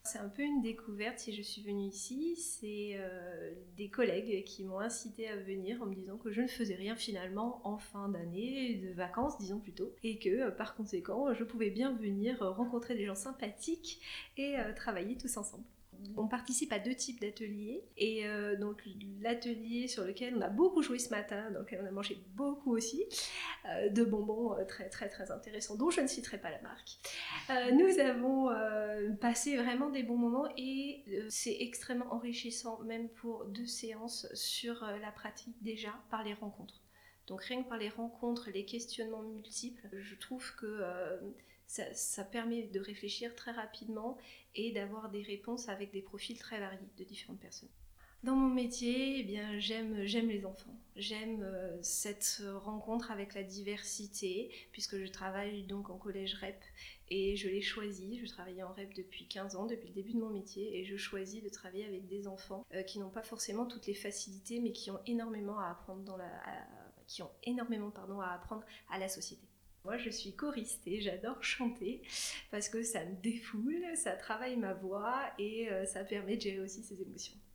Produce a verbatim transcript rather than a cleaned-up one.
C'est un peu une découverte si je suis venue ici, c'est euh, des collègues qui m'ont incité à venir en me disant que je ne faisais rien finalement en fin d'année, de vacances disons plutôt, et que euh, par conséquent je pouvais bien venir rencontrer des gens sympathiques et euh, travailler tous ensemble. On participe à deux types d'ateliers, et euh, donc l'atelier sur lequel on a beaucoup joué ce matin, dans lequel on a mangé beaucoup aussi, euh, de bonbons euh, très très très intéressants, dont je ne citerai pas la marque. Euh, nous avons euh, passé vraiment des bons moments, et euh, c'est extrêmement enrichissant, même pour deux séances sur euh, la pratique déjà par les rencontres. Donc rien que par les rencontres, les questionnements multiples, je trouve que euh, ça, ça permet de réfléchir très rapidement et d'avoir des réponses avec des profils très variés de différentes personnes. Dans mon métier, eh bien, j'aime, j'aime les enfants. J'aime euh, cette rencontre avec la diversité, puisque je travaille donc en collège R E P et je l'ai choisi. Je travaillais en R E P depuis quinze ans, depuis le début de mon métier, et je choisis de travailler avec des enfants euh, qui n'ont pas forcément toutes les facilités, mais qui ont énormément à apprendre, dans la, à, qui ont énormément, pardon, à apprendre à la société. Moi, je suis choriste et j'adore chanter parce que ça me défoule, ça travaille ma voix et euh, ça permet de gérer aussi ses émotions.